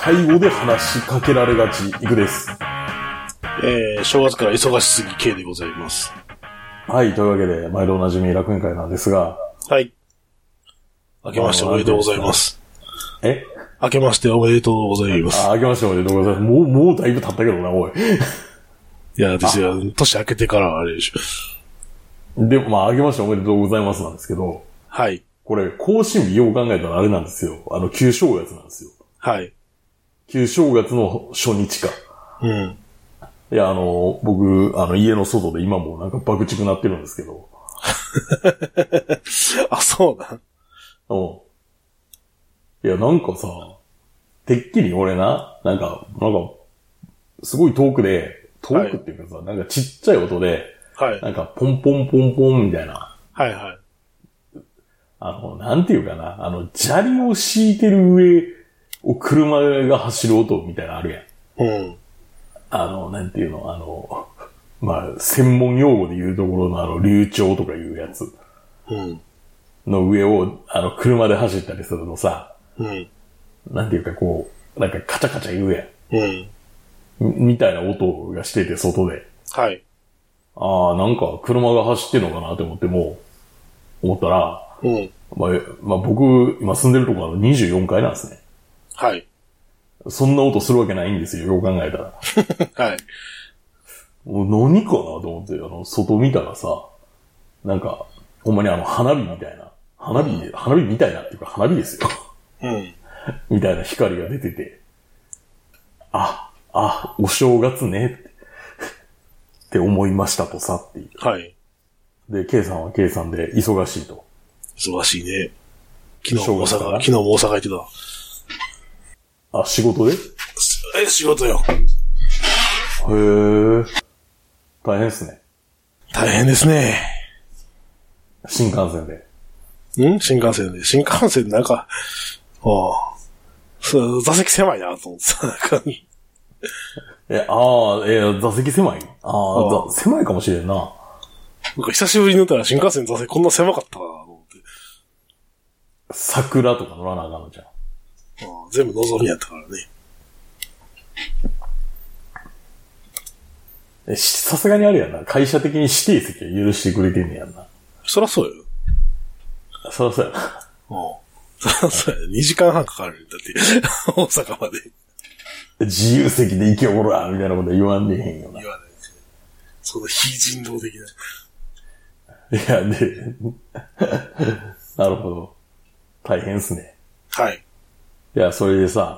介護で話しかけられがち、いくです。 正月から忙しすぎ系でございます。 はい、というわけで、毎度おなじみ楽園会なんですが。 はい。明けましておめでとうございます。 明けましておめでとうございます。 明けましておめでとうございます。もうだいぶ経ったけどな、おい。 いや、ですよ、年明けてからあれでしょ。でも、明けましておめでとうございますなんですけど。 はい。 これ、更新日よう考えたらあれなんですよ。旧正月なんですよ。 はい。 旧正月の初日か。 うん。 いや、僕、家の外で今もなんか爆竹鳴ってるんですけど。 あ、そうなん。 うん。いや、なんかさ、てっきり俺なんか、すごい遠くっていうかさ、なんかちっちゃい音で、 はい。 なんかポンポンポンポンみたいな。 はいはい。 なんていうかな、砂利を敷いてる上を車が走る音みたいなのあるやん。 うん。 なんていうの、専門用語で言うところの流暢とかいうやつ。 うん。 の上を、車で走ったりするとさ、 うん。 なんていうかこう、なんかカチャカチャ言うやん。 うん。みたいな音がしてて、外で。 はい。 なんか車が走ってんのかなって思ったら、 うん。 僕、今住んでるところは24階なんですね。 はい。 そんな音するわけないんですよ、よく考えたら。 はい。 もう何かなと思って、外見たらさ、なんか、ほんまに花火みたいな。花火みたいなっていうか花火ですよ。 うん。 みたいな光が出てて、お正月ねって思いましたとさっていう。 はい。 で、K さんは K さんで忙しいと。 忙しいね。昨日も大阪行ってた。仕事で？ 仕事よ。 へー。大変ですね。 大変ですね。 新幹線で。 新幹線なんか、座席狭いなと思ってさ、 座席狭い？狭いかもしれんな。 なんか久しぶりに乗ったら新幹線座席こんな狭かったかなと思って。 桜とか乗らなあかんのじゃん。 全部望みやったからね。さすがにあれやな。会社的に指定席は許してくれてんねやんな。 そらそうよ。 そらそうやな。 そらそうや。2時間半かかるんだって、大阪まで。 自由席で行けおらみたいなこと言わんでへんよな。 言わないですね。その非人道的な。 いや、なるほど。大変っすね。 はい。 いや、それでさ、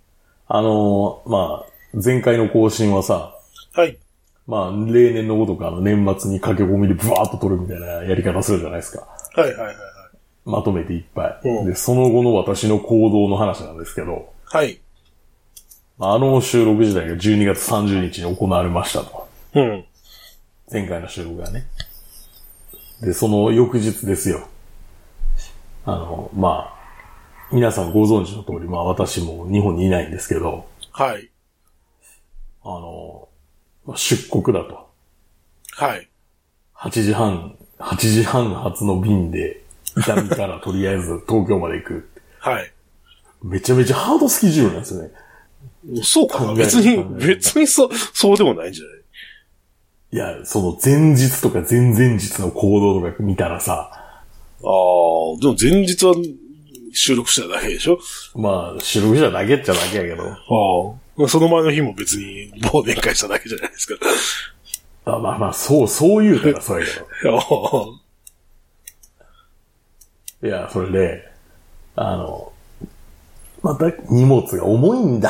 前回の更新はさ、 はい。 例年のごとく年末に駆け込みでブワーッと撮るみたいなやり方するじゃないですか。 はいはいはいはい。 まとめていっぱい。で、その後の私の行動の話なんですけど、 はい。 収録自体が12月30日に行われましたと。 うん。 前回の収録がね。で、その翌日ですよ。皆さんご存知の通り、私も日本にいないんですけど、 はい。 出国だと。 はい。 8時半発の便で、伊丹からとりあえず東京まで行く。 はい。 めちゃめちゃハードスケジュールなんですよね。 そうかな別にそうでもないんじゃない？ いや、その前日とか前々日の行動とか見たらさ。 でも前日は収録しただけでしょ？ 収録しただけっちゃだけやけど。 その前の日も別に忘年会しただけじゃないですか。 そう言うたらそうやけど。いや、それで、また荷物が重いんだ。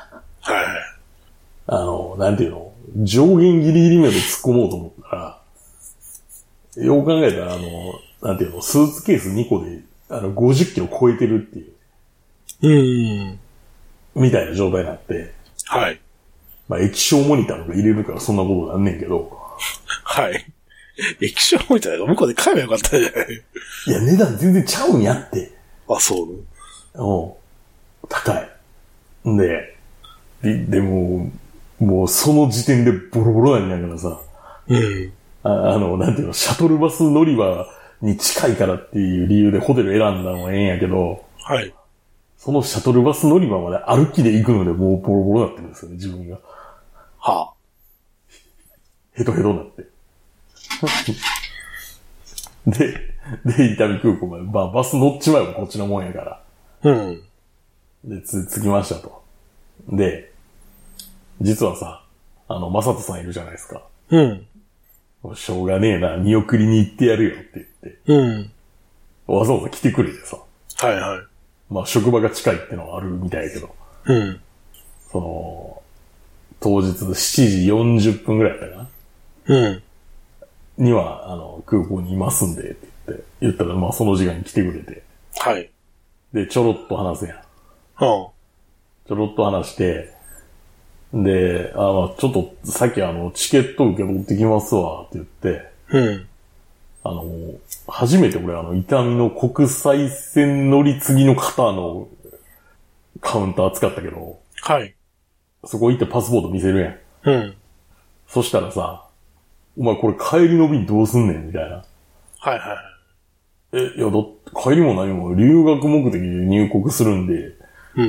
はい。 なんていうの、上限ギリギリまで突っ込もうと思ったら、よく考えたら、なんていうの、スーツケース2個で、50キロ超えてるっていう。みたいな状態になって。 はい。 液晶モニターとか入れるからそんなことなんねんけど。 はい。液晶モニターが向こうで買えばよかったじゃない？ いや、値段全然ちゃうんやって。 そう高い。でもその時点でボロボロなんやからさ。なんていうの、シャトルバス乗り場に近いからっていう理由でホテル選んだのはええんやけど。 はい。 そのシャトルバス乗り場まで歩きで行くのでもうボロボロになってるんですよね、自分が。 はあ。 ヘトヘトになって。で、伊丹空港まで、バス乗っちまえばこっちのもんやから。 うん。 で、着きましたと。で、実はさ、まさとさんいるじゃないですか。 うん。 しょうがねえな、見送りに行ってやるよって言って。 うん。 わざわざ来てくれてさ。 はいはい。 まあ、職場が近いってのはあるみたいやけど。 うん。 当日7時40分ぐらいだったかな。 うん。 には、空港にいますんで、って言ったら、まあ、その時間に来てくれて。 はい。 で、ちょろっと話すやん。 はあ。 ちょろっと話して、で、まあ、ちょっと、さっきチケット受け取ってきますわ、って言って、 うん。 初めて俺伊丹の国際線乗り継ぎの方のカウンター使ったけど、 はい。 そこ行ってパスポート見せるやん。 うん。 そしたらさ、お前これ帰りの便どうすんねんみたいな。 はいはい。 いや、帰りも何も留学目的で入国するんで、 うん。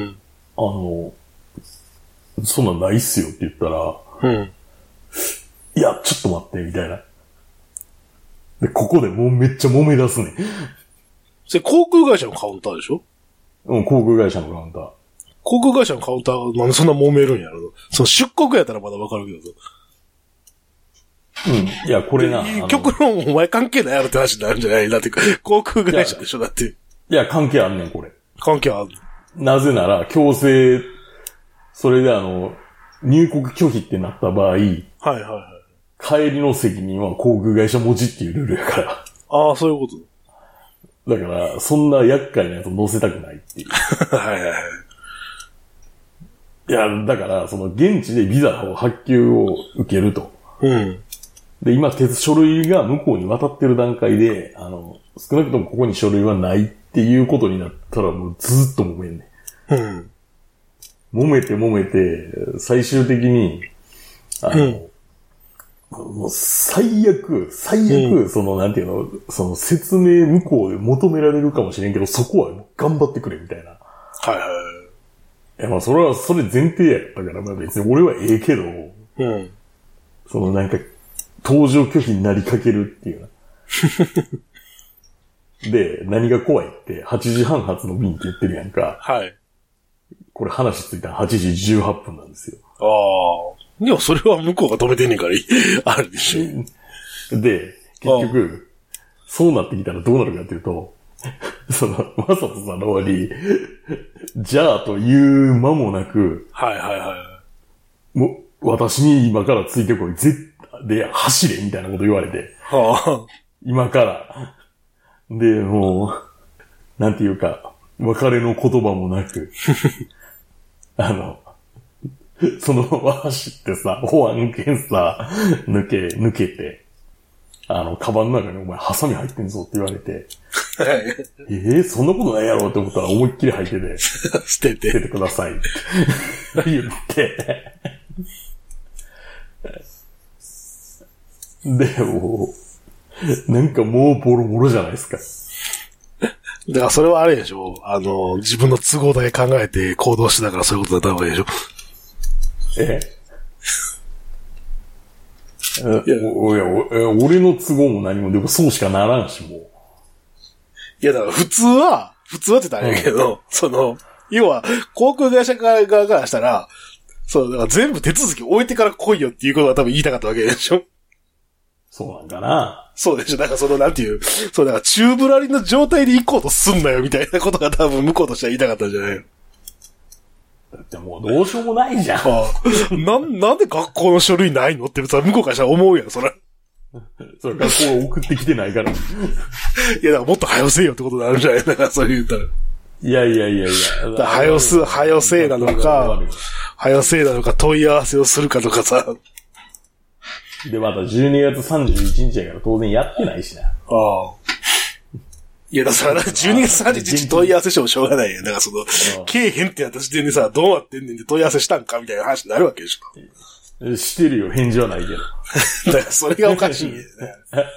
そんなんないっすよって言ったら、 うん。 いや、ちょっと待って、みたいな。で、ここでもうめっちゃ揉め出すねん。 それ航空会社のカウンターでしょ？ うん、航空会社のカウンター。 航空会社のカウンターなんでそんな揉めるんやろ？その出国やったらまだわかるけどさ。 うん。いや、これな。 極論お前関係ないやろって話になるんじゃない？だって航空会社でしょだって。 いや、関係あんねん、これ。 関係ある。 なぜなら、強制、それで入国拒否ってなった場合、はいはいはい。 帰りの責任は航空会社持ちっていうルールやから。 ああ、そういうこと。 だから、そんな厄介なやつ乗せたくないっていう。 はいはいはい。 いや、だから、現地でビザを発給を受けると。 うん。 で、今、書類が向こうに渡ってる段階で、少なくともここに書類はないっていうことになったら、もうずっと揉めんねん。 うん。 揉めて、最終的に、もう最悪、なんていうの、説明向こうで求められるかもしれんけど、そこは頑張ってくれ、みたいな。 はいはい。 いや、まあ、それ前提やったから、まあ別に俺はええけど、 うん。 なんか、搭乗拒否になりかけるっていうな。で、何が怖いって、8時半発の便って言ってるやんか。 はい。 これ話ついたら8時18分なんですよ。 ああ。でもそれは向こうが止めてんねんからあるでしょ。で、結局、そうなってきたらどうなるかっていうと、まさとさんの方に、じゃあという間もなく、 はいはいはい。 もう、私に今からついてこい、で、走れみたいなこと言われて、 はあ、 今から。で、もう、なんていうか、別れの言葉もなく、走ってさ、保安検査抜けて、カバンの中にお前ハサミ入ってんぞって言われて、そんなことないやろって思ったら思いっきり入ってて、 捨ててくださいって言って、で、なんかもうボロボロじゃないですか。 だからそれはあれでしょ。自分の都合だけ考えて行動してたからそういうことだったわけでしょ。 俺の都合も何も、でもそうしかならんし、もう。 いや、だから普通はって言ったらあれやけど、要は、航空会社側からしたら、だから全部手続き置いてから来いよっていうことが多分言いたかったわけでしょ。 そうなんかな。 そうでしょ。だからなんていう、だから宙ぶらりの状態で行こうとすんなよみたいなことが多分向こうとしては言いたかったんじゃないの。 だってもうどうしようもないじゃん。 なんで学校の書類ないのって向こうからしたら思うやん、それ。 それ学校送ってきてないから。いや、だからもっと早せえよってことになるんじゃないだからそう言ったら。 いや。 早せえなのか問い合わせをするかとかさ。 で、また12月31日やから当然やってないしな。ああ。いや、だから12月31日問い合わせしてもしょうがないよ。だからけえへんってやった時点でさ、どうなってんねんで問い合わせしたんかみたいな話になるわけでしょ。してるよ、返事はないけど。 だからそれがおかしいね。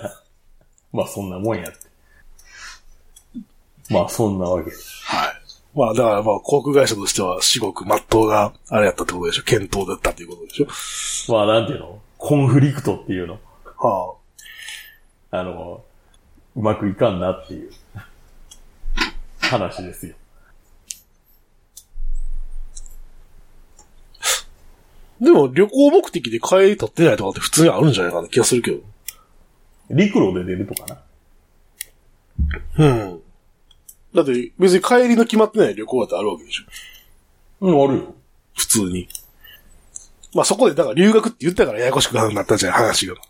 まあそんなもんやって。まあそんなわけ。 はまあだからまあ航空会社としては至極真っ当があれやったってことでしょ。検討だったっていうことでしょ。 まあなんていうのコンフリクトっていうの。 はあ。うまくいかんなっていう話ですよ。 でも旅行目的で帰り取ってないとかって普通にあるんじゃないかな気がするけど。 陸路で出るとかな。 うん。だって別に帰りの決まってない旅行だってあるわけでしょ。 うん、あるよ。 普通に。まあそこでだから留学って言ったからややこしくなったんじゃない話が。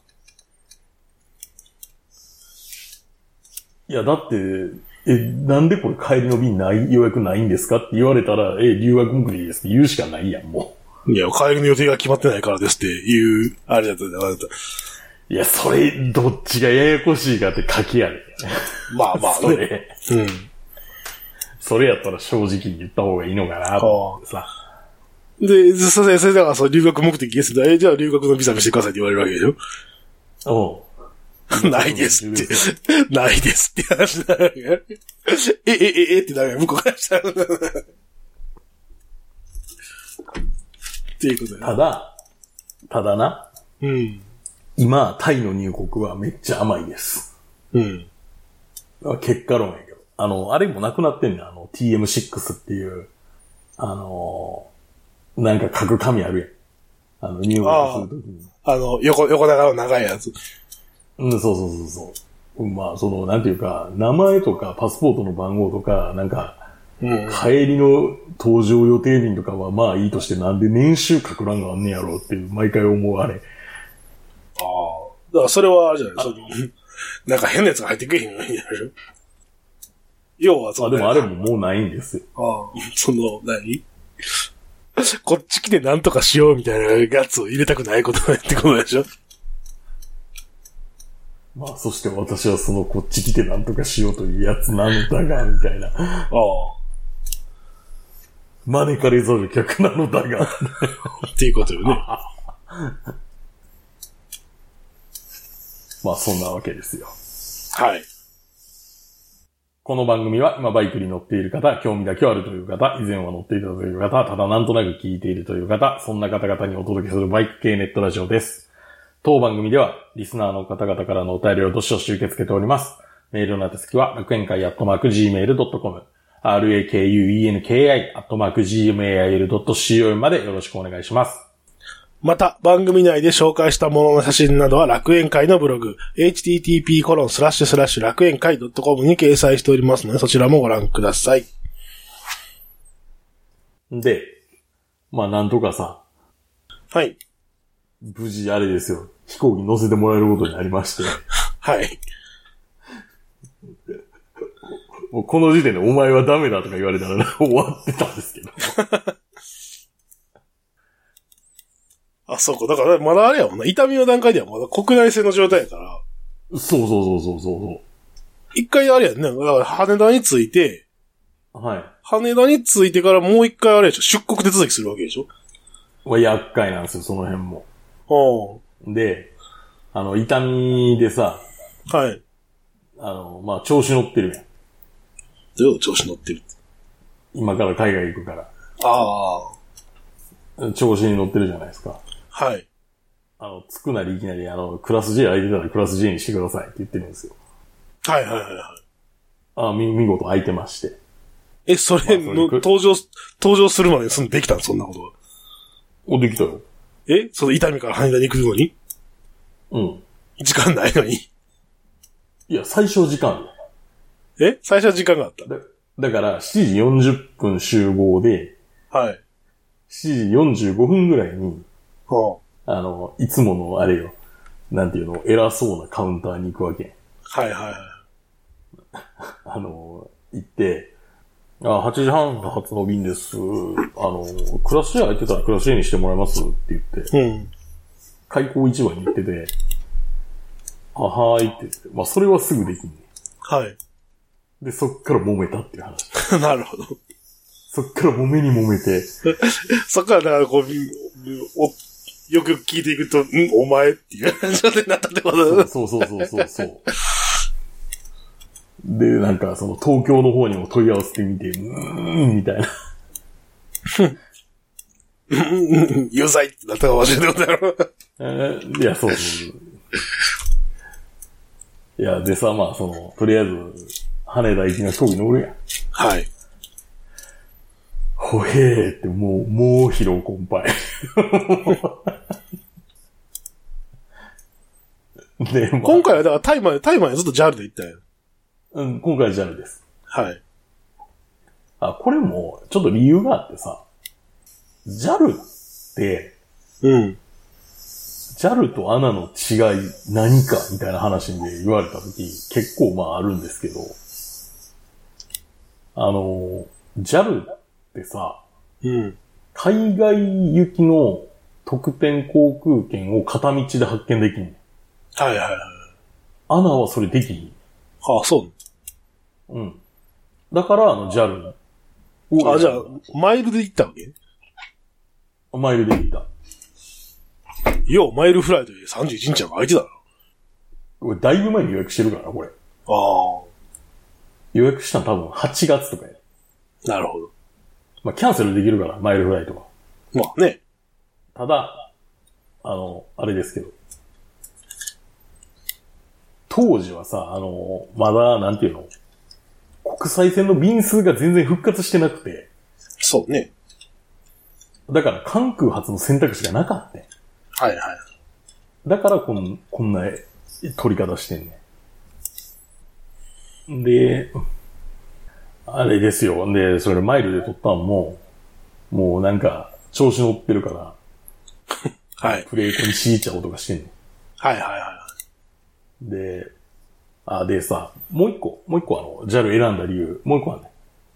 いや、だって、なんでこれ帰りの便予約ないんですかって言われたら、留学目的ですって言うしかないやん、もう。いや、帰りの予定が決まってないからですっていう、あれだったんだ、あれだった。 いや、それ、どっちがややこしいかって書きやれ。 まあまあ、 それ。 うん。 それやったら正直に言った方がいいのかなと思ってさ。 で、それだからそう、留学目的ですね。じゃあ留学のビザ見せてくださいって言われるわけでしょ。ないですって。ないですって話になる。ってなるよ、向こうからしたら。っていうことだ。ただな。 うん。 今、タイの入国はめっちゃ甘いです。 うん。 結果論やけど。あれもなくなってんねん。TM6 っていう、なんか書く紙あるやん。入国するときに。 横長の長いやつ。 うん、そう。まあ、なんていうか、名前とかパスポートの番号とか、なんか、帰りの搭乗予定便とかはまあいいとしてなんで年収書く欄があんねやろうっていう毎回思うあれ。 ああ。だからそれはあれじゃないなんか変なやつが入ってくれへんのにやる。要はでもあれももうないんですよ。 ああ。何こっち来てなんとかしようみたいなやつを入れたくないことってことでしょ。 まあ、そして私はこっち来てなんとかしようというやつなのだが、みたいな。ああ。招かれざる客なのだが。 っていうことよね。 まあ、そんなわけですよ。 はい。 この番組は今バイクに乗っている方、興味だけはあるという方、以前は乗っていたという方、ただなんとなく聞いているという方、そんな方々にお届けするバイク系ネットラジオです。当番組では、リスナーの方々からのお便りをどしどし受け付けております。メールの宛先は、楽園会@gmail.com、rakuenki@gmail.com までよろしくお願いします。 また、番組内で紹介したものの写真などは楽園会のブログ、http:// 楽園会 .com に掲載しておりますので、そちらもご覧ください。 で、まあなんとかさ。 はい。 無事あれですよ。飛行機乗せてもらえることになりまして。 はい。 もうこの時点でお前はダメだとか言われたら終わってたんですけど。 あ、そうか。だからまだあれやもんな。痛みの段階ではまだ国内線の状態やから。 そう。 一回あれやんね。だから羽田に着いて、 はい。 羽田に着いてからもう一回あれでしょ。出国手続きするわけでしょ。 厄介なんですよ、その辺も。で、痛みでさ、 はい。 まあ、調子乗ってるやん。 どういう調子乗ってるって。 今から海外行くから。 ああ。調子に乗ってるじゃないですか。 はい。 つくなりいきなり、クラス J 空いてたらクラス J にしてくださいって言ってるんですよ。 はい。 見事空いてまして。 それの、登場するまでできたのそんなことは。 できたよ。 その伊丹から羽田に行くのに？ うん。 時間ないのに。 いや、最小時間。 最初は時間があった。 だから、7時40分集合で、 はい。 7時45分ぐらいに、いつものあれよ、なんていうの、偉そうなカウンターに行くわけ。 はい。 行って、8時半発の便です。クラス J 空いてたらクラス J にしてもらえますって言って、開口一番に言ってて、はーいって言って、まあそれはすぐできんね。 はい。 で、そっから揉めたっていう話。 なるほど。 そっから揉めに揉めて。 そっからだからこう、よく聞いていくと、お前っていう状態になったってことそう。 で、なんかその東京の方にも問い合わせてみて、みたいな。 有罪ってなったかもしれないことだろ。 いや、そう。いや、でさ、まあ、とりあえず、羽田行きの飛行機乗るやん。 はい。 ほへーって、もう疲労困憊。で、まあ、 今回はだからタイマーずっと JAL で行ったよ。 うん、今回は JAL です。 はい。 これも、ちょっと理由があってさ、JAL って、JAL と ANA の違い何かみたいな話で言われたとき、結構まああるんですけど、JAL ってさ、海外行きの特典航空券を片道で発券できんねん。 はいはいはい。 ANA はそれできひん。 ああ、そう。 だからJAL を。 じゃあ、マイルで行ったわけ？ マイルで行った。 よう、マイルフライトで31日は空いてたな。 俺、だいぶ前に予約してるからな、これ。予約したの多分8月とかや。 なるほど。 まあ、キャンセルできるから、マイルフライトは。 まあね。 ただ、あれですけど。当時はさ、まだ、なんていうの、国際線の便数が全然復活してなくて。 そうね。 だから、関空発の選択肢がなかった。 はいはい。 だからこんな取り方してんねん。で、あれですよ。で、それマイルで取ったんも、もうなんか、調子乗ってるから、 はい。 プレートに敷いちゃう音がしてんねん。 はいはいはい。 でさ、もう一個JAL 選んだ理由、もう一個はね、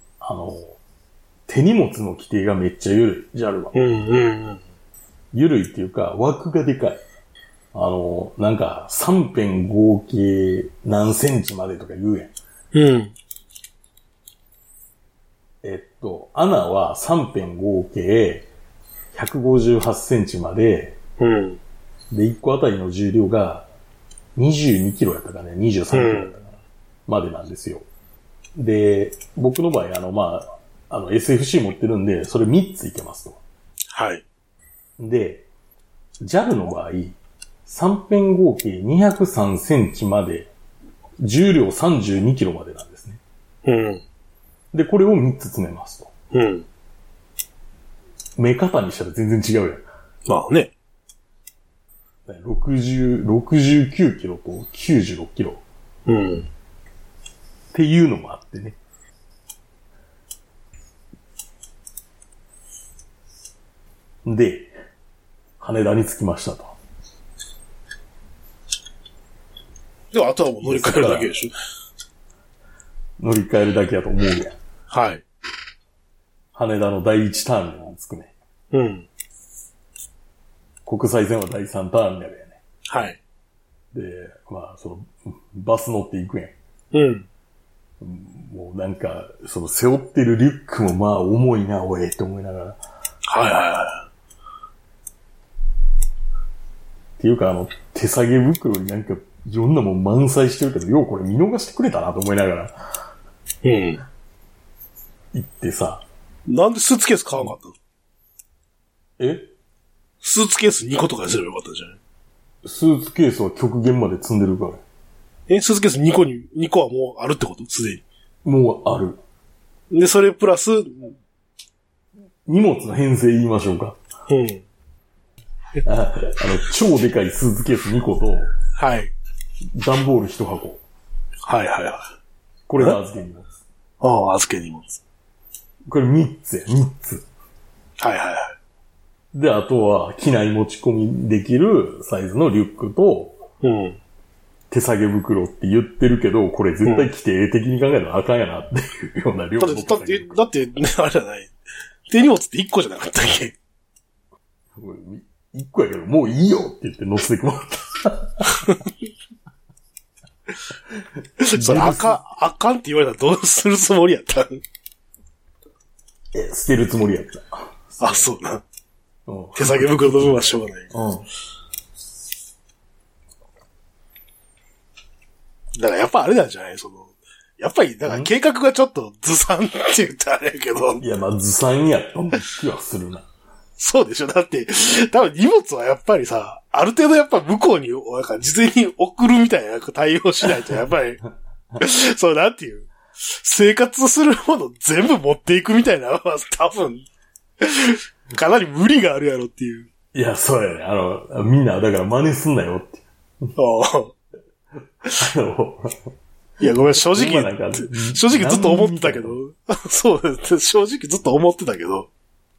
手荷物の規定がめっちゃ緩い、JAL は。緩いっていうか、枠がでかい。なんか、3辺合計何センチまでとか言うやん。ANA は3辺合計158センチまで、で、1個あたりの重量が22キロやったかね、23キロやったかな、までなんですよ。で、僕の場合、SFC 持ってるんで、それ3ついけますと。 はい。 で、JAL の場合、3辺合計203センチまで、重量32キロまでなんですね。で、これを3つ詰めますと。目方にしたら全然違うやん。 まあね。 69キロと96キロ。っていうのもあってね。で、羽田に着きましたと。 でも、あとはもう乗り換えるだけでしょ。 乗り換えるだけだと思うやん。 はい。 羽田の第1ターミナルに着くね。国際線は第3ターミナルやね。 はい。 で、バス乗って行くやん。もうなんか、背負ってるリュックもまあ重いな、おい、って思いながら。 はいはいはい。 っていうか手提げ袋になんかいろんなもん満載してるけど、ようこれ見逃してくれたなと思いながら。行ってさ。 なんでスーツケース買わなかったの？スーツケース2個とかにすればよかったんじゃない？ スーツケースは極限まで積んでるから。 スーツケース2個はもうあるってこと？すでに。 もうある。 で、それプラス、 荷物の編成言いましょうか。超でかいスーツケース2個と、 はい。 段ボール1箱。 はいはいはい。 これが預け荷物。 預け荷物。 これ3つや、3つ。 はいはいはい。 で、あとは、機内持ち込みできるサイズのリュックと、手提げ袋って言ってるけど、これ絶対規定的に考えたらあかんやなっていうような量の。 だって、あれじゃない。手荷物って1個じゃなかったっけ ？1個やけど、もういいよって言って乗せてもらった。 それあかんって言われたらどうするつもりやったん？ 捨てるつもりやった。 そうな。手提げ袋の分はしょうがない。だからやっぱあれなんじゃない？ やっぱり、だから計画がちょっとずさんって言ったらあれやけど。 いや、まあ、ずさんやった気はするな。 そうでしょ。だって、多分荷物はやっぱりさ、ある程度やっぱ向こうに、なんか事前に送るみたいな対応しないと、やっぱり、そうなんていう、生活するもの全部持っていくみたいなのは多分、かなり無理があるやろっていう。 いや、そうやね。みんな、だから真似すんなよって。 いや、ごめん、正直ずっと思ってたけど、そうです。正直ずっと思ってたけど、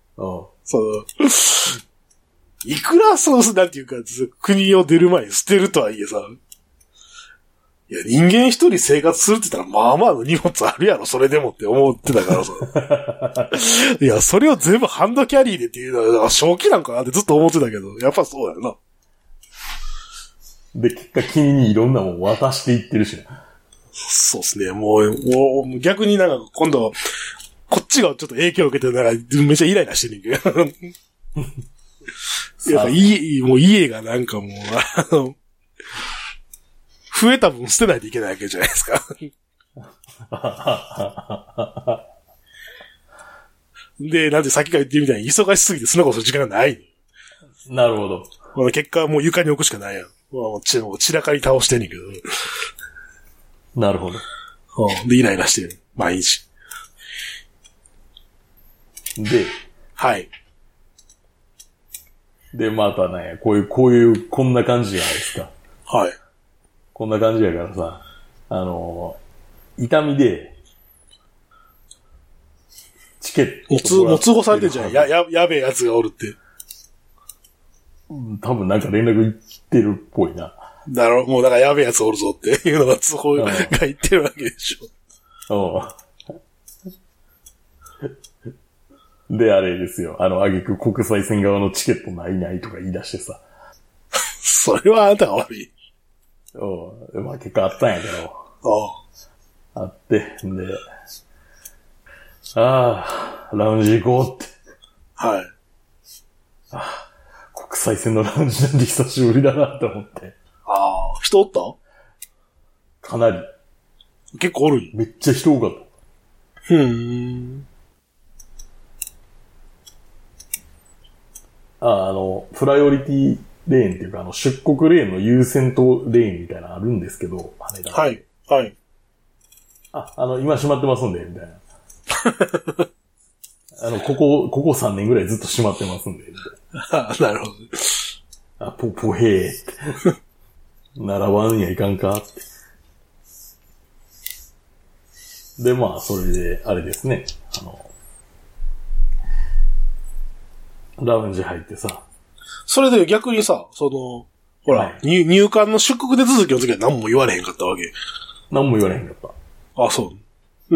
いくらなんていうか、国を出る前に捨てるとはいえさ、いや、人間一人生活するって言ったら、まあまあの荷物あるやろ、それでもって思ってたからさ。いや、それを全部ハンドキャリーでっていうのは、正気なんかなってずっと思ってたけど、やっぱそうだよな。 で、結果君にいろんなもん渡していってるしな。そうっすね、もう逆になんか今度、こっちがちょっと影響を受けて、なんかめっちゃイライラしてるんけど。やっぱ家がなんかもう、増えた分捨てないといけないわけじゃないですか。で、なんでさっきから言ってるみたいに忙しすぎてそんなことする時間がない。 なるほど。 この結果はもう床に置くしかないやん。散らかり倒してんねんけど。 なるほど。 で、イライラしてる。毎日。 で、 はい。 で、またね、こんな感じじゃないですか。 はい。 こんな感じやからさ、痛みで、チケットもつごされてんじゃん。やべえやつがおるって。 多分なんか連絡いってるっぽいな。 もうなんかやべえやつおるぞっていうのが通報が言ってるわけでしょ。で、あれですよ。挙句国際線側のチケットないとか言い出してさ。 それはあんたが悪い。 まあ結果あったんやけど。あって、で、ラウンジ行こうって。 はい。 国際線のラウンジなんて久しぶりだなって思って。 人おったかなり。 結構おるん？ めっちゃ人多かった。プライオリティレーンっていうか、出国レーンの優先島レーンみたいなのあるんですけど、羽田。 はい。はい。 今閉まってますんで、みたいな。ここ3年ぐらいずっと閉まってますんで、みたいな。なるほど。ポヘーって。並ばんにはいかんかって。で、まあ、それで、あれですね。ラウンジ入ってさ。 それで逆にさ、ほら、はい、入管の出国手続きの時は何も言われへんかったわけ。 何も言われへんかった。 そう。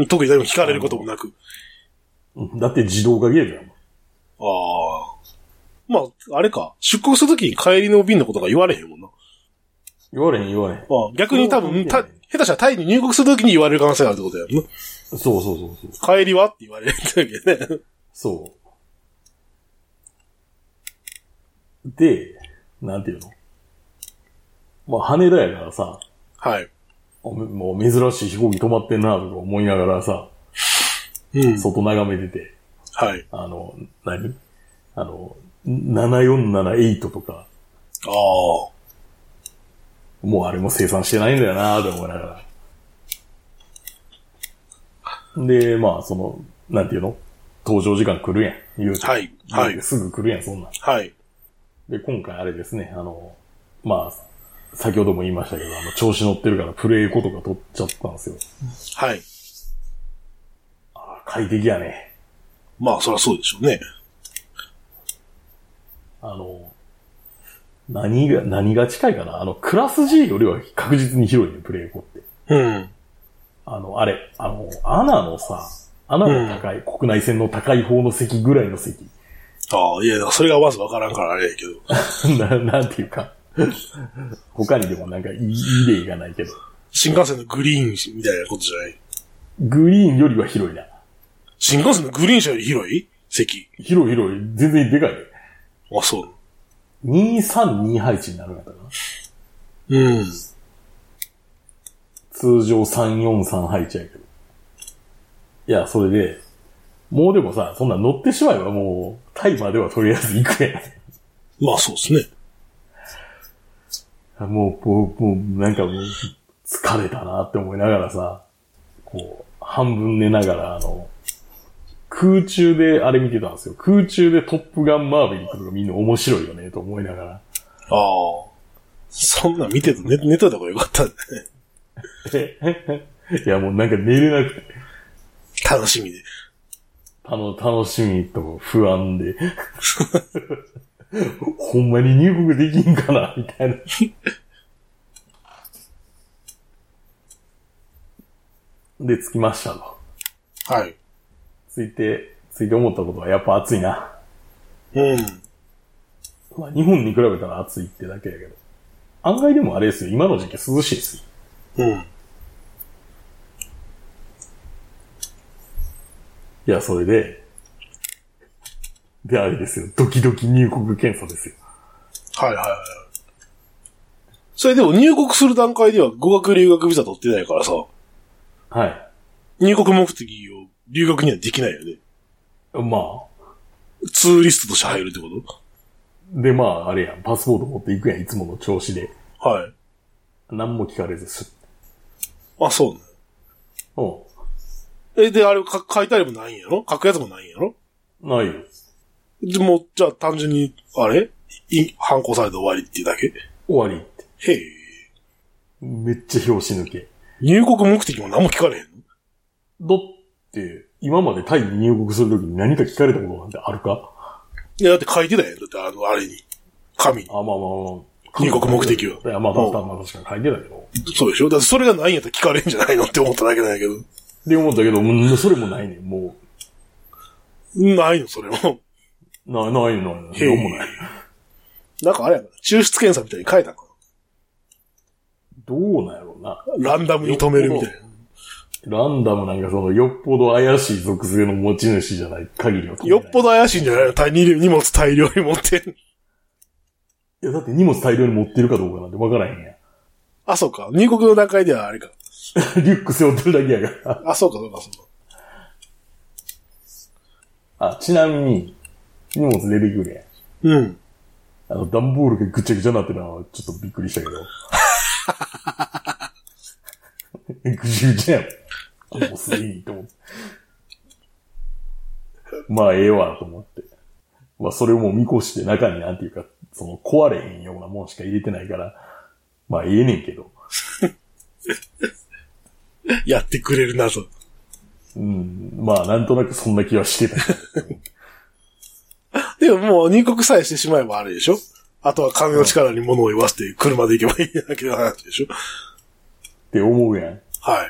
特に誰も聞かれることもなく。 だって自動化ゲームやもん。まあ、あれか。出国するときに帰りの便のことが言われへんもんな。 言われへん。 逆に多分、下手したらタイに入国するときに言われる可能性があるってことやもんな。 そう。 帰りはって言われるってわけね。 そう。で、なんていうの？まあ、羽田やからさ。 はい。 もう珍しい飛行機止まってんなとか思いながらさ。外眺めてて。 はい。 7478とか。もうあれも生産してないんだよなと思いながら。で、まあ、なんていうの？搭乗時間来るやん。言うて。 はい。はい。 すぐ来るやん、そんなん。 はい。 で、今回あれですね、まあ、先ほども言いましたけど、調子乗ってるからプレイコとか取っちゃったんですよ。 はい。 快適やね。 まあ、そりゃそうでしょうね。 何が近いかな？クラス G よりは確実に広いね、プレイコって。アナの高い、国内線の高い方の席ぐらいの席。 いや、それがまずわからんからあれやけど。なんていうか。他にでもなんかいい例がないけど。 新幹線のグリーンみたいなことじゃない？ グリーンよりは広いな。 新幹線のグリーン車より広い？席。 広い。全然でかい。 そう。 2328になるんだったかな。 通常343配置やけど。いや、それで、もうでもさ、そんな乗ってしまえばもう、タイまではとりあえず行くやん。 まあそうですね。 もう、なんかもう、疲れたなって思いながらさ、こう、半分寝ながら空中であれ見てたんですよ。空中でトップガンマーヴェリックとかみんな面白いよね、と思いながら。ああ。そんなん見てて寝といた方がよかったね。 いや、もうなんか寝れなくて。 楽しみで。 楽しみと不安で。ほんまに入国できんかなみたいな。で、着きましたと。 はい。 着いて思ったことはやっぱ暑いな。 うん。 まあ日本に比べたら暑いってだけやけど。案外でもあれですよ。今の時期涼しいですよ。 うん。 いや、それで、あれですよ。ドキドキ入国検査ですよ。 はいはいはい。それでも入国する段階では語学留学ビザ取ってないからさ。 はい。 入国目的を留学にはできないよね。 まあ。 ツーリストとして入るってこで、まあ、あれやん。パスポート持っていくやん。いつもの調子で。 と？はい。 何も聞かれずす。 あ、そうね。 うん。 で、あれ書いたりもないんやろ？書くやつもないんやろ？ ないよ。 でも、じゃあ単純に、あれ反抗されて終わりっていうだけ？ 終わりって。 へえ。 めっちゃ表紙抜け。 入国目的も何も聞かれへんの？ だって、今までタイに入国するときに何か聞かれたことなんてあるか？ いや、だって書いてたやん。だってあれに。紙に。 あ、まあ。 入国目的は。 いや、まあ確かに書いてたけど。 そうでしょ？だってそれがないんやったら聞かれんじゃないのって思っただけなんやけど。 で思ったけど、それもないねん、もう。ないの、それも。 ない。なんもない。 なんかあれやな。抽出検査みたいに書いたんかどうなんやろうな。 ランダムに止めるみたいな。 ランダムなんかよっぽど怪しい属性の持ち主じゃない限りは止めない。 よっぽど怪しいんじゃないの？荷物大量に持ってん。 いや、だって荷物大量に持ってるかどうかなんてわからへんやん。 あ、そうか。入国の段階ではあれか。 リュック背負ってるだけやから。 あ、そうか。 あ、ちなみに、荷物出てくるやん。 うん。 段ボールがぐちゃぐちゃになってるのはちょっとびっくりしたけど。ぐちゃぐちゃやん。もうすでにと思って。まあ、ええわ、と思って。まあ、それをもう見越して中になんていうか、壊れへんようなもんしか入れてないから、まあ、ええねんけど。 やってくれるなと。 うん。まあ、なんとなくそんな気はしてた。 でももう入国さえしてしまえばあれでしょ？あとは金の力に物を言わせて車で行けばいいだけの話でしょ？ って思うやん。 はい。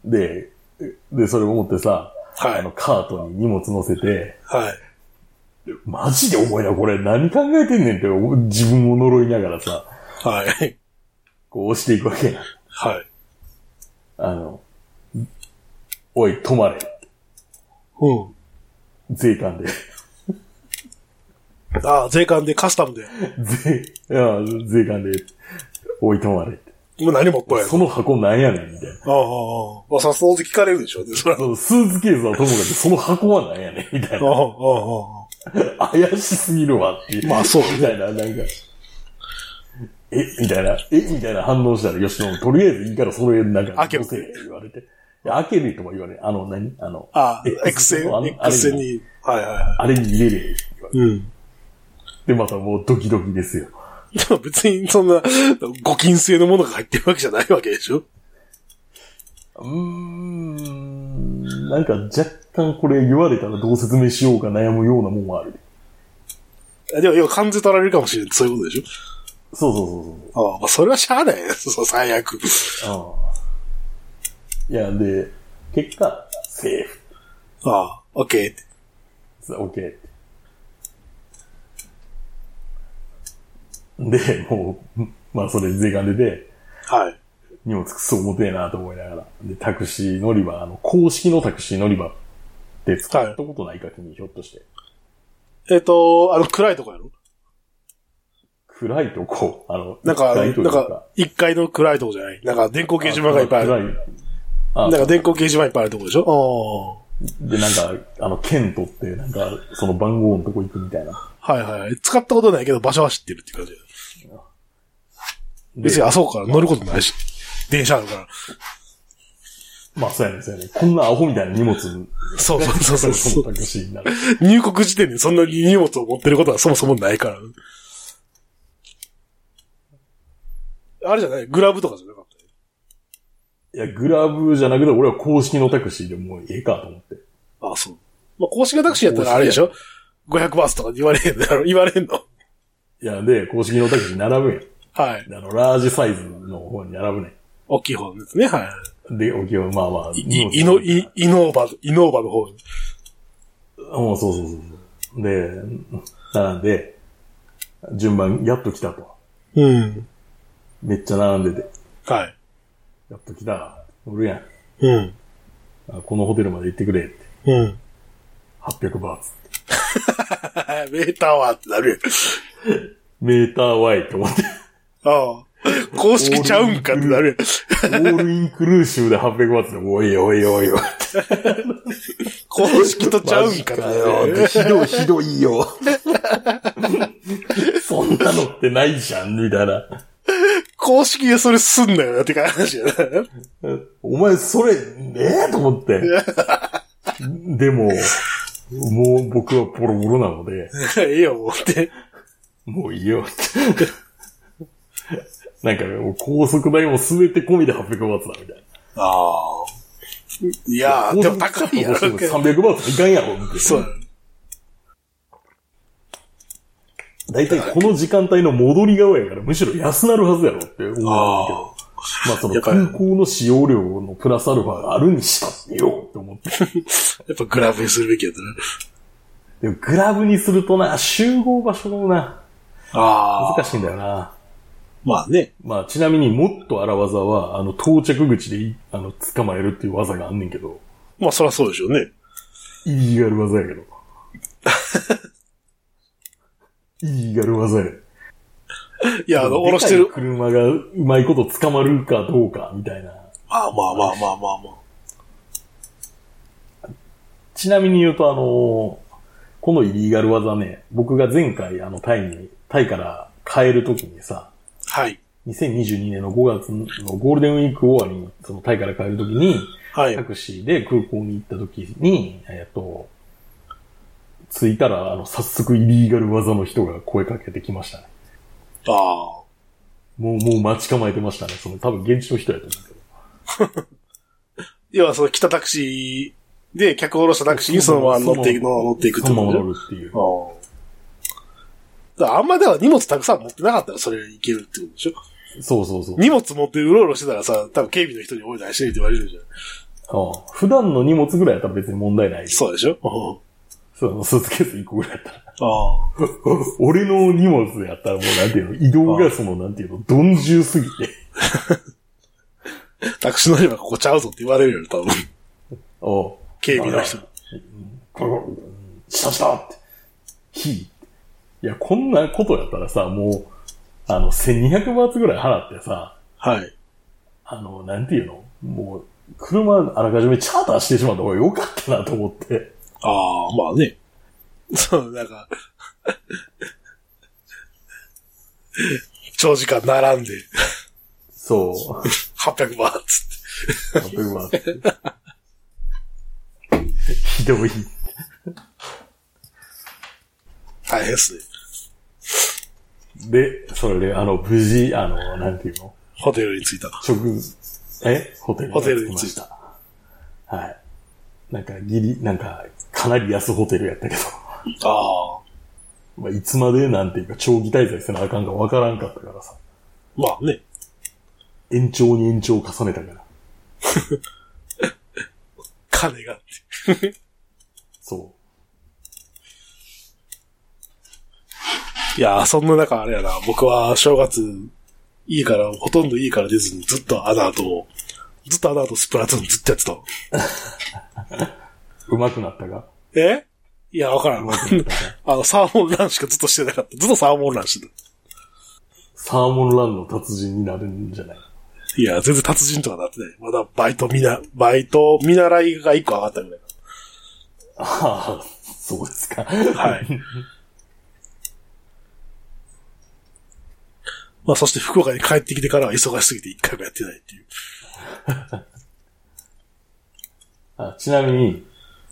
で、それを思ってさ、 はい。 カートに荷物乗せて、 はい。 マジで重いな、これ何考えてんねんって自分を呪いながらさ、 はい。 こう押していくわけやん。 はい。 おい、止まれ。 うん。 税関で。 ああ、税関でカスタムで。 税関で、おい、止まれ。 もう何持っとんやその箱なんやねん、みたいな。 ああ、さそう聞かれるでしょ、そら。 スーツケースはともかくその箱はなんやねん、みたいな。怪しすぎるわっていう。 まあそう。 みたいな、なんか。みたいな反応したら、よし、とりあえずいいからそれ、なんか、 開ける。 言われて。開けるとも言われ、 X 線に、はい。 あれに入れれ、言われて。 うん。 で、またもうドキドキですよ。 でも別にそんな、ご金製のものが入ってるわけじゃないわけでしょ？ なんか若干これ言われたらどう説明しようか悩むようなもんはある。 でも、要は関税取られるかもしれない。そういうことでしょ？ そう。 ああ、まあ、それはしゃあないね。そう、最悪。 いや、で、結果、セーフ。 ああ、オッケーって。 オッケーって。で、もう、まあそれ税関で、 はい。 荷物くそ重てえなと思いながら。で、タクシー乗り場、公式のタクシー乗り場って使ったことないか、君、ひょっとして。 暗いとこやろ？ 暗いとこ、 なんか1階の暗いとこじゃない？なんか電光掲示板がいっぱいある。なんか電光掲示板いっぱいあるとこでしょ？ で、なんか、剣取って、なんか、その番号のとこ行くみたいな。 はいはい。使ったことないけど場所は知ってるっていう感じ。別にあそこから乗ることないし。電車あるから。 まあ、そうやね、そうやね。こんなアホみたいな荷物。 そう。 タクシーになる。 入国時点でそんなに荷物を持ってることはそもそもないから。あれじゃないグラブとかじゃなかった？ いや、グラブじゃなくて、俺は公式のタクシーでもうええかと思って。 ああ、そう。まあ、公式のタクシーやったらあれでしょ ?500 バーツとか言われへんのやろ？言われへんの？ いや、で、公式のタクシー並ぶやん。 はい。 ラージサイズの方に並ぶねん。 大きい方ですね、はい。 で、大きい方、まあまあ。 イノーバの方に。 そう。で、並んで、順番、やっと来たと。 うん。 めっちゃ並んでて。 はい。 やっと来た。おるやん。 うん。 このホテルまで行ってくれって。 うん。 800バーツって。メーターはってなるやん。 メーター Y って思って。 ああ。公式ちゃうんかってなるやん。オールインクルーシブで800バーツで、おい。 公式とちゃうんかってよ。ひどいよ。そんなのってないじゃん、みたいな。 公式でそれすんなよなって話やな。 お前それ、と思って。でも、もう僕はボロボロなので。 ええよ、もうって。 もういいよって。なんかもう高速代も全て込みで800バーツだみたいな。 ああ。いやー、でも高いやろ。 300バーツいかんやろ、みたいな。 そう。 だいたいこの時間帯の戻り側やから、むしろ安なるはずやろって思うんだけど。まあその空港の使用量のプラスアルファがあるにしかよって思って。 やっぱグラブにするべきやったね。 でもグラブにするとな、集合場所のな、難しいんだよな。 まあね。 まあちなみにもっと荒技は、到着口で捕まえるっていう技があんねんけど。 まあそりゃそうでしょうね。 イリーガル技やけど。イリーガル技や。 いや、下ろしてる。 車がうまいこと捕まるかどうか、みたいな。 まあ。 ちなみに言うとこのイリーガル技ね、僕が前回タイから帰るときにさ、 はい。 2022年の5月のゴールデンウィーク終わりに、そのタイから帰るときに、 はい。 タクシーで空港に行ったときに、着いたら、早速イリーガル技の人が声かけてきましたね。 ああ。 もう待ち構えてましたね。多分現地の人やと思うけど。 要は来たタクシーで、客を降ろしたタクシーにそのまま乗っていくってことで。 そのまま乗るっていう。 あんまでは荷物たくさん持ってなかったらそれいけるってことでしょ？ そう。 荷物持ってうろうろしてたらさ、多分警備の人においでしてるって言われるじゃん。 普段の荷物ぐらいやったら別に問題ない。 そうでしょ？ そうスーツケース1個ぐらいやったら。俺の荷物やったらもうなんていうの、移動がなんていうの、鈍重すぎて。 タクシー乗ればここちゃうぞって言われるよ、多分。警備の人に。 したって。いや、こんなことやったらさ、もう、1200バーツぐらい払ってさ、 はい。 なんていうの、もう、車あらかじめチャーターしてしまった方が良かったなと思って。 まあね。そう、なんか、長時間並んで。 そう。 800バーツって。 800バーツ。ひどい。 大変っすね。 で、それで、無事、なんていうの？ ホテルに着いた。 ホテルに着いた。はい。なんか、かなり安ホテルやったけど。まあ、いつまでなんていうか、長期滞在せなあかんかわからんかったからさ。 まあね。 延長に延長を重ねたから。 金がって。 そう。 いやー、そんな中あれやな、僕は正月、ほとんどいいから出ずにずっとアナートスプラトゥーンずっとやってた。 上手くなったか？ いや、わからん。サーモンランしかずっとしてなかった。ずっとサーモンランしてた。 サーモンランの達人になるんじゃない？ いや、全然達人とかなってない。まだバイト見習いが1個上がったぐらい。 ああ、そうですか。 はい。まあ、そして福岡に帰ってきてからは忙しすぎて1回もやってないっていう。 ちなみに、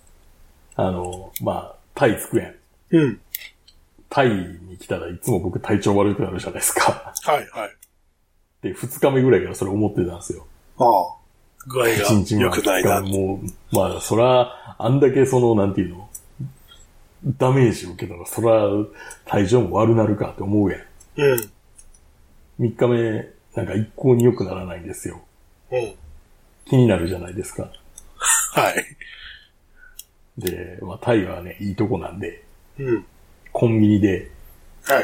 タイ着くやん。 うん。 タイに来たらいつも僕体調悪くなるじゃないですか。 はい、はい。 で、2日目ぐらいからそれ思ってたんですよ。 ああ。具合が良くないな。 もう、まあ、そら、あんだけなんていうの、ダメージを受けたら、そら、体調も悪なるかって思うやん。 うん。 3日目、なんか一向に良くならないんですよ。 うん。 気になるじゃないですか。 はい。 で、まあ、タイはね、いいとこなんで、 うん。 コンビニで、 はい。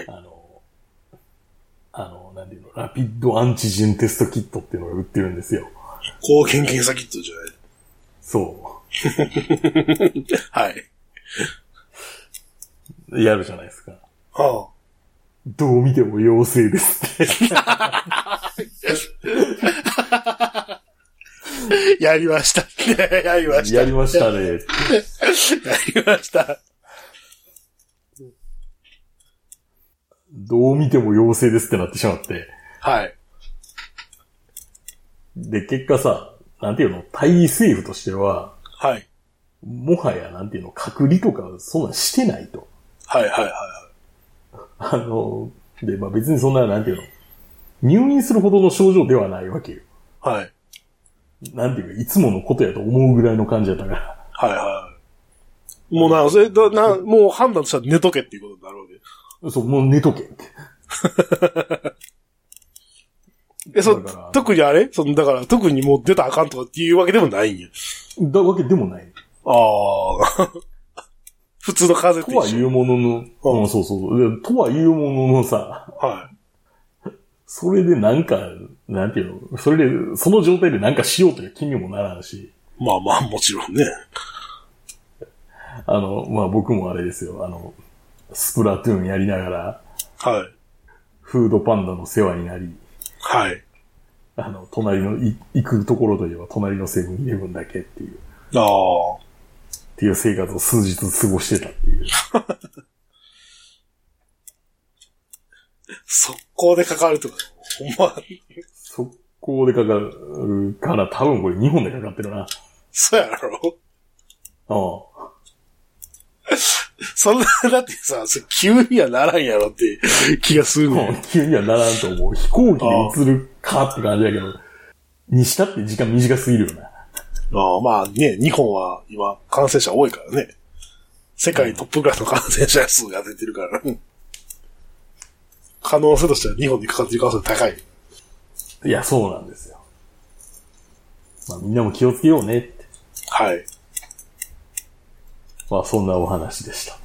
なんていうの、ラピッドアンチジェンテストキットっていうのが売ってるんですよ。 抗原検査キットじゃない？ そう。 はい。 やるじゃないですか。 はあ。 どう見ても陽性ですって。 やりましたね。やりました。 やりましたね。 やりました。 どう見ても陽性ですってなってしまって。 はい。 で、結果さ、なんていうの、タイ政府としては、 はい。 もはや、なんていうの、隔離とかそんなんしてないと。 はいはいはいはい。で、まあ別にそんな、なんていうの、入院するほどの症状ではないわけよ。 はい。 なんていうか、いつものことやと思うぐらいの感じやったから。 はいはい。もうもう判断したら寝とけっていうことになるわけ。 そう、もう寝とけって。 特にあれだから特にもう出たらあかんとかっていうわけでもないんや。 だわけでもない。 ああ。普通の風邪ってとは言うものの、うん、そうそう。とは言うもののさ、 はい。 それでなんか、なんていうの、それで、その状態でなんかしようという気にもならんし。 まあまあ、もちろんね。 まあ僕もあれですよ、スプラトゥーンやりながら、 はい。 フードパンダの世話になり、 はい。 隣の、行くところといえば隣のセブンイレブンだけっていう。 ああ。 っていう生活を数日過ごしてたっていう。 速攻でかかるとか、ほんま。 速攻でかかるから、多分これ日本でかかってるな。 そうやろ？ ああ。 そんな、だってさ、急にはならんやろって気がするね。 急にはならんと思う。飛行機で移るかって感じだけど、にしたって時間短すぎるよな。 ああ、まあね、日本は今感染者多いからね。世界トップクラスの感染者数が出てるから。可能性としては日本にかかっている可能性高い。 いや、そうなんですよ。まあみんなも気をつけようねって。 はい。 まあそんなお話でした。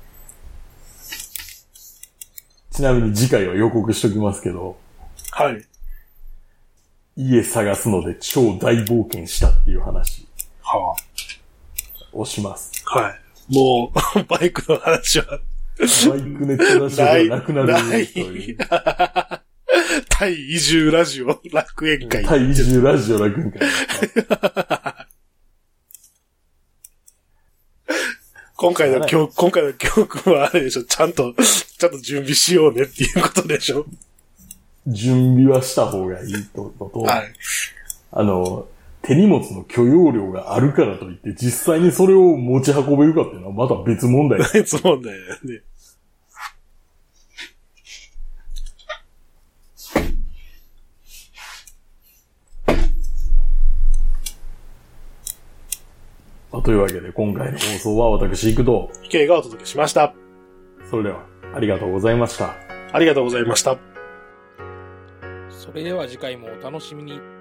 ちなみに次回は予告しときますけど。 はい。 家探すので超大冒険したっていう話。 はあ。をします。 はい。もう、バイクの話は。 バイクネットラジオがなくなるという。 タイ移住ラジオ楽園会。 タイ移住ラジオ楽園会。 今回の教訓はあれでしょ。ちゃんと準備しようねっていうことでしょ。 準備はした方がいいと、 はい。 手荷物の許容量があるからといって、実際にそれを持ち運べるかっていうのはまた別問題。 別問題だよね。 というわけで今回の放送は私、幾度。 K がお届けしました。 それでは、ありがとうございました。 ありがとうございました。 それでは次回もお楽しみに。